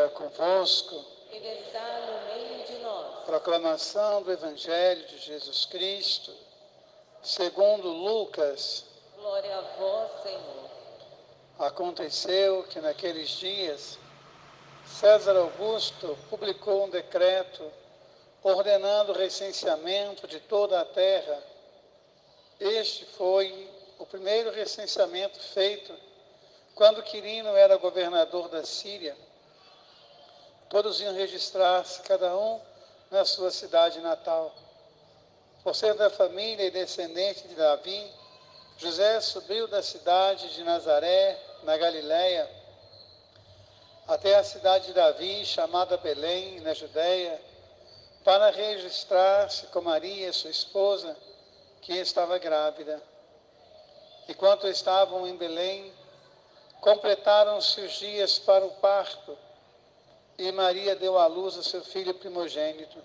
esteja convosco. Ele está no meio de nós. Proclamação do Evangelho de Jesus Cristo, segundo Lucas. Glória a vós, Senhor. Aconteceu que naqueles dias, César Augusto publicou um decreto ordenando o recenseamento de toda a terra. Este foi o primeiro recenseamento feito quando Quirino era governador da Síria. Todos iam registrar-se, cada um na sua cidade natal. Por ser da família e descendente de Davi, José subiu da cidade de Nazaré, na Galiléia, até a cidade de Davi, chamada Belém, na Judéia, para registrar-se com Maria, sua esposa, que estava grávida. Enquanto estavam em Belém, completaram-se os dias para o parto, e Maria deu à luz a seu filho primogênito.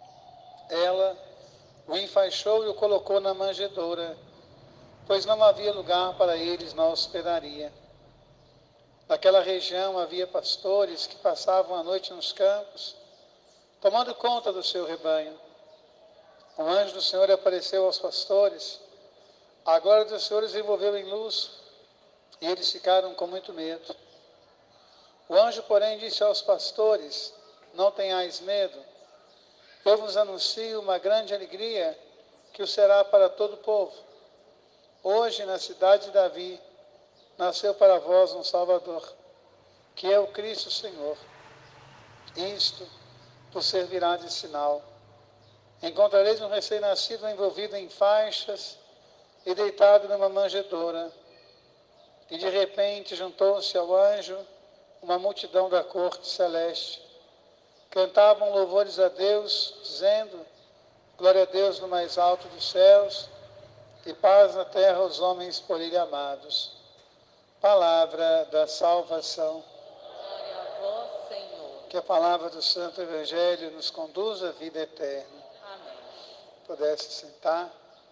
Ela o enfaixou e o colocou na manjedoura, pois não havia lugar para eles na hospedaria. Naquela região havia pastores que passavam a noite nos campos, tomando conta do seu rebanho. Um anjo do Senhor apareceu aos pastores. A glória do Senhor os envolveu em luz, e eles ficaram com muito medo. O anjo, porém, disse aos pastores: não tenhais medo. Eu vos anuncio uma grande alegria, que o será para todo o povo. Hoje, na cidade de Davi, nasceu para vós um Salvador, que é o Cristo Senhor. Isto vos servirá de sinal. Encontrareis um recém-nascido envolvido em faixas e deitado numa manjedoura. E de repente juntou-se ao anjo uma multidão da corte celeste. Cantavam louvores a Deus, dizendo: glória a Deus no mais alto dos céus, e paz na terra aos homens por ele amados. Palavra da salvação. Glória a vós, Senhor. Que a palavra do Santo Evangelho nos conduza à vida eterna. Amém. Pudesse sentar.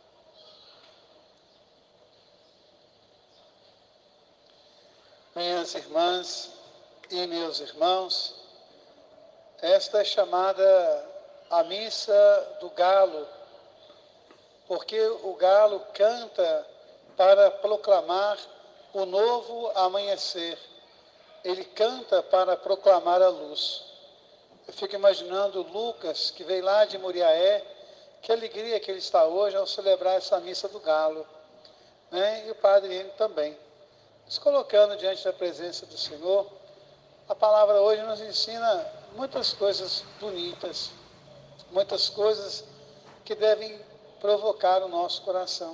Minhas irmãs e meus irmãos, esta é chamada a missa do galo, porque o galo canta para proclamar o novo amanhecer. Ele canta para proclamar a luz. Eu fico imaginando Lucas, que veio lá de Moriaé, que alegria que ele está hoje ao celebrar essa missa do galo, né? E o Padre Enio também. Nos colocando diante da presença do Senhor, a palavra hoje nos ensina muitas coisas bonitas, muitas coisas que devem provocar o nosso coração.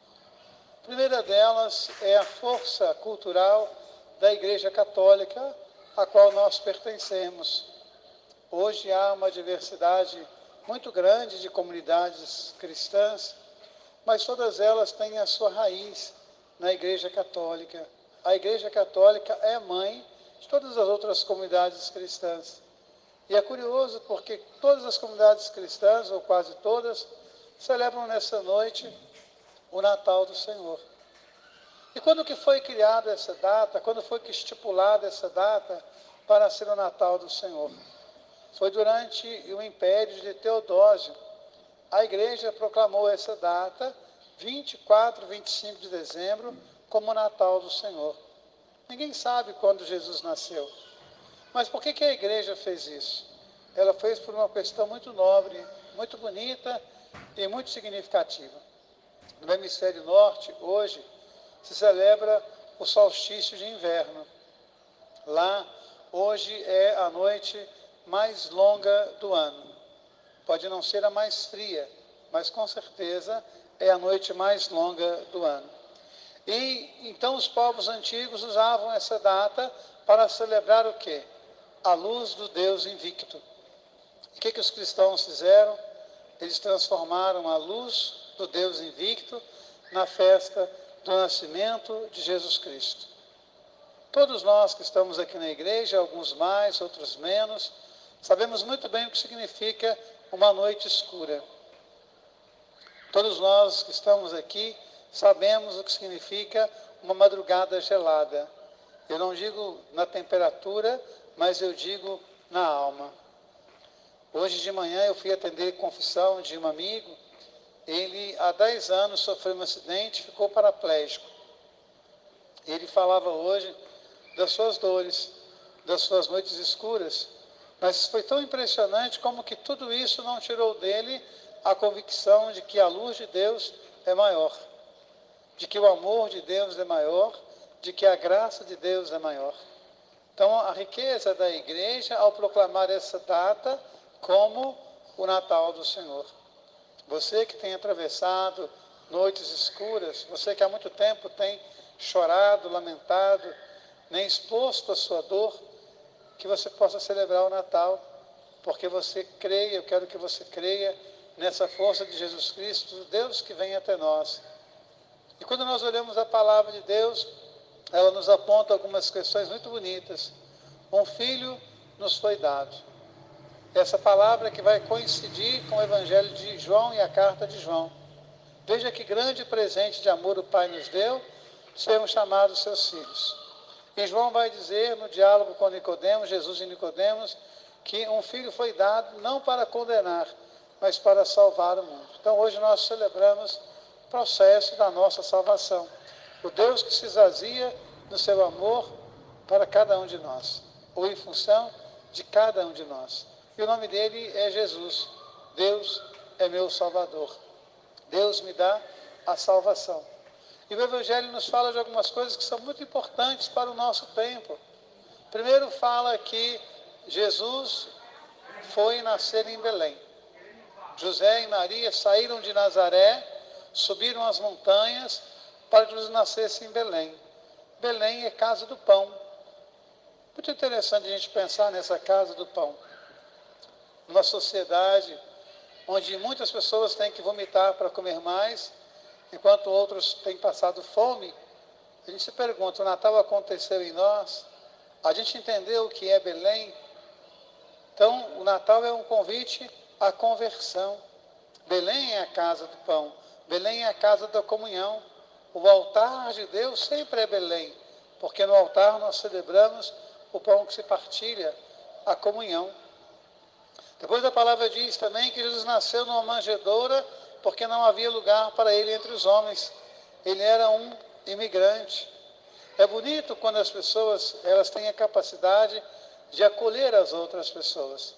A primeira delas é a força cultural da Igreja Católica, a qual nós pertencemos. Hoje há uma diversidade muito grande de comunidades cristãs, mas todas elas têm a sua raiz na Igreja Católica. A Igreja Católica é mãe de todas as outras comunidades cristãs. E é curioso porque todas as comunidades cristãs, ou quase todas, celebram nessa noite o Natal do Senhor. E quando que foi criada essa data, quando foi que estipulada essa data para ser o Natal do Senhor? Foi durante o império de Teodósio. A igreja proclamou essa data, 24, 25 de dezembro, como o Natal do Senhor. Ninguém sabe quando Jesus nasceu. Mas por que a igreja fez isso? Ela fez por uma questão muito nobre, muito bonita e muito significativa. No hemisfério norte, hoje, se celebra o solstício de inverno. Lá, hoje é a noite mais longa do ano. Pode não ser a mais fria, mas com certeza é a noite mais longa do ano. E então os povos antigos usavam essa data para celebrar o quê? A luz do Deus invicto. O que os cristãos fizeram? Eles transformaram a luz do Deus invicto na festa do nascimento de Jesus Cristo. Todos nós que estamos aqui na igreja, alguns mais, outros menos, sabemos muito bem o que significa uma noite escura. Todos nós que estamos aqui sabemos o que significa uma madrugada gelada. Eu não digo na temperatura, mas eu digo na alma. Hoje de manhã eu fui atender confissão de um amigo. Ele, há 10 anos, sofreu um acidente e ficou paraplégico. Ele falava hoje das suas dores, das suas noites escuras, mas foi tão impressionante como que tudo isso não tirou dele a convicção de que a luz de Deus é maior, de que o amor de Deus é maior, de que a graça de Deus é maior. Então, a riqueza da igreja ao proclamar essa data como o Natal do Senhor. Você que tem atravessado noites escuras, você que há muito tempo tem chorado, lamentado, nem exposto a sua dor, que você possa celebrar o Natal, porque você creia, eu quero que você creia nessa força de Jesus Cristo, do Deus que vem até nós. E quando nós olhamos a palavra de Deus, ela nos aponta algumas questões muito bonitas. Um filho nos foi dado. Essa palavra que vai coincidir com o Evangelho de João e a carta de João. Veja que grande presente de amor o Pai nos deu, sermos chamados seus filhos. E João vai dizer no diálogo com Nicodemos, Jesus e Nicodemos, que um filho foi dado não para condenar, mas para salvar o mundo. Então hoje nós celebramos o processo da nossa salvação. O Deus que se esvazia no seu amor para cada um de nós, ou em função de cada um de nós. E o nome dele é Jesus. Deus é meu Salvador. Deus me dá a salvação. E o Evangelho nos fala de algumas coisas que são muito importantes para o nosso tempo. Primeiro fala que Jesus foi nascer em Belém. José e Maria saíram de Nazaré, subiram as montanhas para que Jesus nascesse em Belém. Belém é casa do pão. Muito interessante a gente pensar nessa casa do pão. Numa sociedade onde muitas pessoas têm que vomitar para comer mais, enquanto outros têm passado fome, a gente se pergunta, o Natal aconteceu em nós? A gente entendeu o que é Belém? Então, o Natal é um convite à conversão. Belém é a casa do pão. Belém é a casa da comunhão. O altar de Deus sempre é Belém, porque no altar nós celebramos o pão que se partilha, a comunhão. Depois a palavra diz também que Jesus nasceu numa manjedoura, porque não havia lugar para ele entre os homens. Ele era um imigrante. É bonito quando as pessoas elas têm a capacidade de acolher as outras pessoas.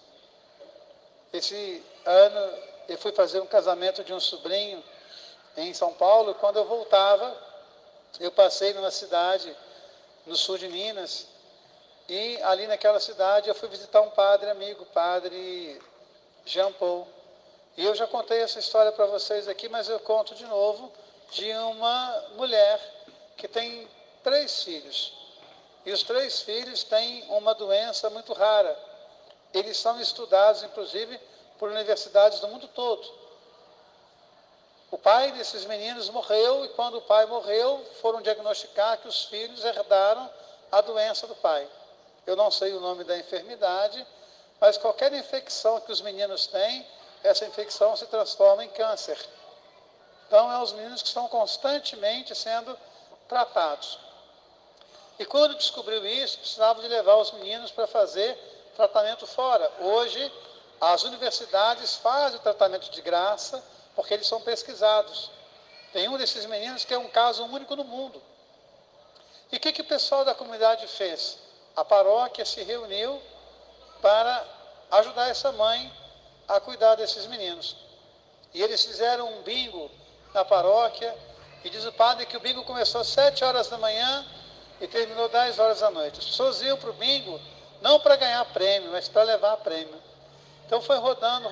Esse ano eu fui fazer um casamento de um sobrinho em São Paulo. Quando eu voltava, eu passei numa cidade no sul de Minas, e ali naquela cidade eu fui visitar um padre amigo, padre Jean Paul. E eu já contei essa história para vocês aqui, mas eu conto de novo, de uma mulher que tem 3 filhos. E os 3 filhos têm uma doença muito rara. Eles são estudados, inclusive, por universidades do mundo todo. O pai desses meninos morreu, e quando o pai morreu, foram diagnosticar que os filhos herdaram a doença do pai. Eu não sei o nome da enfermidade, mas qualquer infecção que os meninos têm, essa infecção se transforma em câncer. Então, é os meninos que estão constantemente sendo tratados. E quando descobriu isso, precisava de levar os meninos para fazer tratamento fora. Hoje, as universidades fazem o tratamento de graça, porque eles são pesquisados. Tem um desses meninos que é um caso único no mundo. E o que o pessoal da comunidade fez? A paróquia se reuniu para ajudar essa mãe a cuidar desses meninos. E eles fizeram um bingo na paróquia, e diz o padre que o bingo começou às 7 horas da manhã e terminou 10 horas da noite. As pessoas iam para o bingo não para ganhar prêmio, mas para levar prêmio. Então foi rodando,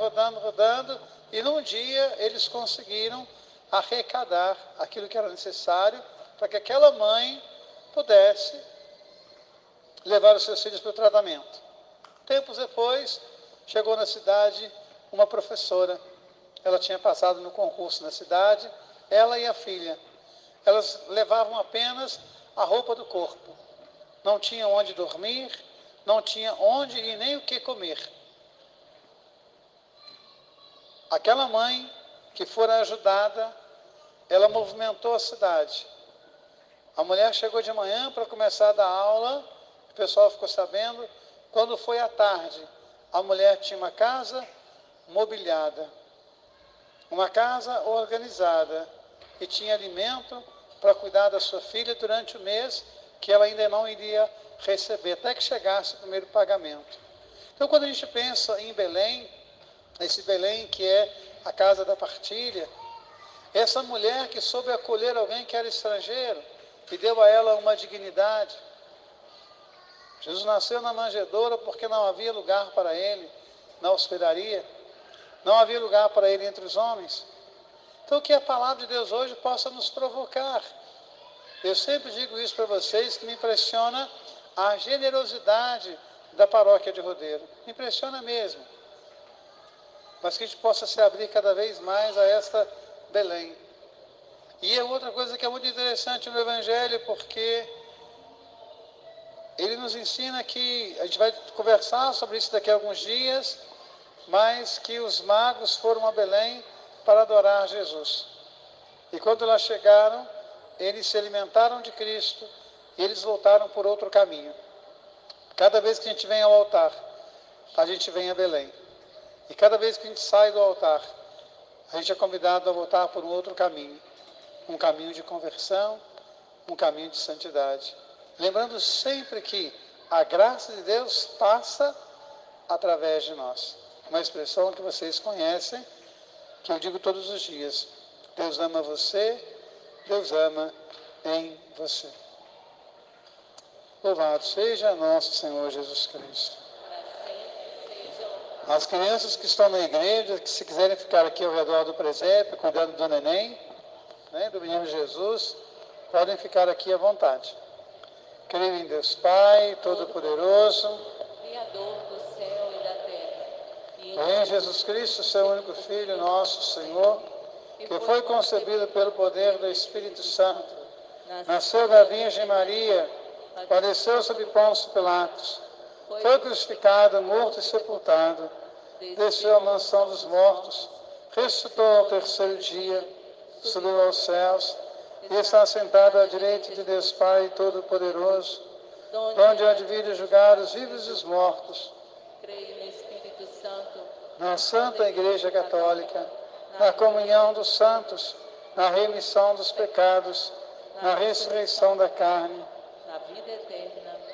e num dia eles conseguiram arrecadar aquilo que era necessário para que aquela mãe pudesse levar os seus filhos para o tratamento. Tempos depois, chegou na cidade uma professora. Ela tinha passado no concurso na cidade, ela e a filha. Elas levavam apenas a roupa do corpo. Não tinham onde dormir, não tinha onde e nem o que comer. Aquela mãe que fora ajudada, ela movimentou a cidade. A mulher chegou de manhã para começar a dar aula, pessoal ficou sabendo. Quando foi à tarde, a mulher tinha uma casa mobiliada, uma casa organizada, e tinha alimento para cuidar da sua filha durante o mês que ela ainda não iria receber, até que chegasse o primeiro pagamento. Então, quando a gente pensa em Belém, esse Belém que é a casa da partilha, essa mulher que soube acolher alguém que era estrangeiro e deu a ela uma dignidade. Jesus nasceu na manjedoura porque não havia lugar para ele na hospedaria, não havia lugar para ele entre os homens. Então, que a palavra de Deus hoje possa nos provocar. Eu sempre digo isso para vocês, que me impressiona a generosidade da paróquia de Rodeiro. Me impressiona mesmo. Mas que a gente possa se abrir cada vez mais a esta Belém. E é outra coisa que é muito interessante no Evangelho, porque ele nos ensina que, a gente vai conversar sobre isso daqui a alguns dias, mas que os magos foram a Belém para adorar Jesus. E quando lá chegaram, eles se alimentaram de Cristo e eles voltaram por outro caminho. Cada vez que a gente vem ao altar, a gente vem a Belém. E cada vez que a gente sai do altar, a gente é convidado a voltar por um outro caminho. Um caminho de conversão, um caminho de santidade. Lembrando sempre que a graça de Deus passa através de nós. Uma expressão que vocês conhecem, que eu digo todos os dias. Deus ama você, Deus ama em você. Louvado seja nosso Senhor Jesus Cristo. As crianças que estão na igreja, que se quiserem ficar aqui ao redor do presépio, cuidando do neném, do menino Jesus, podem ficar aqui à vontade. Creio em Deus Pai, Todo-Poderoso, Criador do céu e da terra, em Jesus Cristo, seu único Filho, nosso Senhor, que foi concebido pelo poder do Espírito Santo, nasceu da Virgem Maria, padeceu sob Pôncio Pilatos, foi crucificado, morto e sepultado, desceu à mansão dos mortos, ressuscitou ao terceiro dia, subiu aos céus e está sentado à direita de Deus Pai Todo-Poderoso, onde há de vir a julgar os vivos e os mortos. creio no Espírito Santo, Na Santa Igreja Católica, na comunhão dos santos, na remissão dos pecados, na ressurreição da carne, na vida eterna.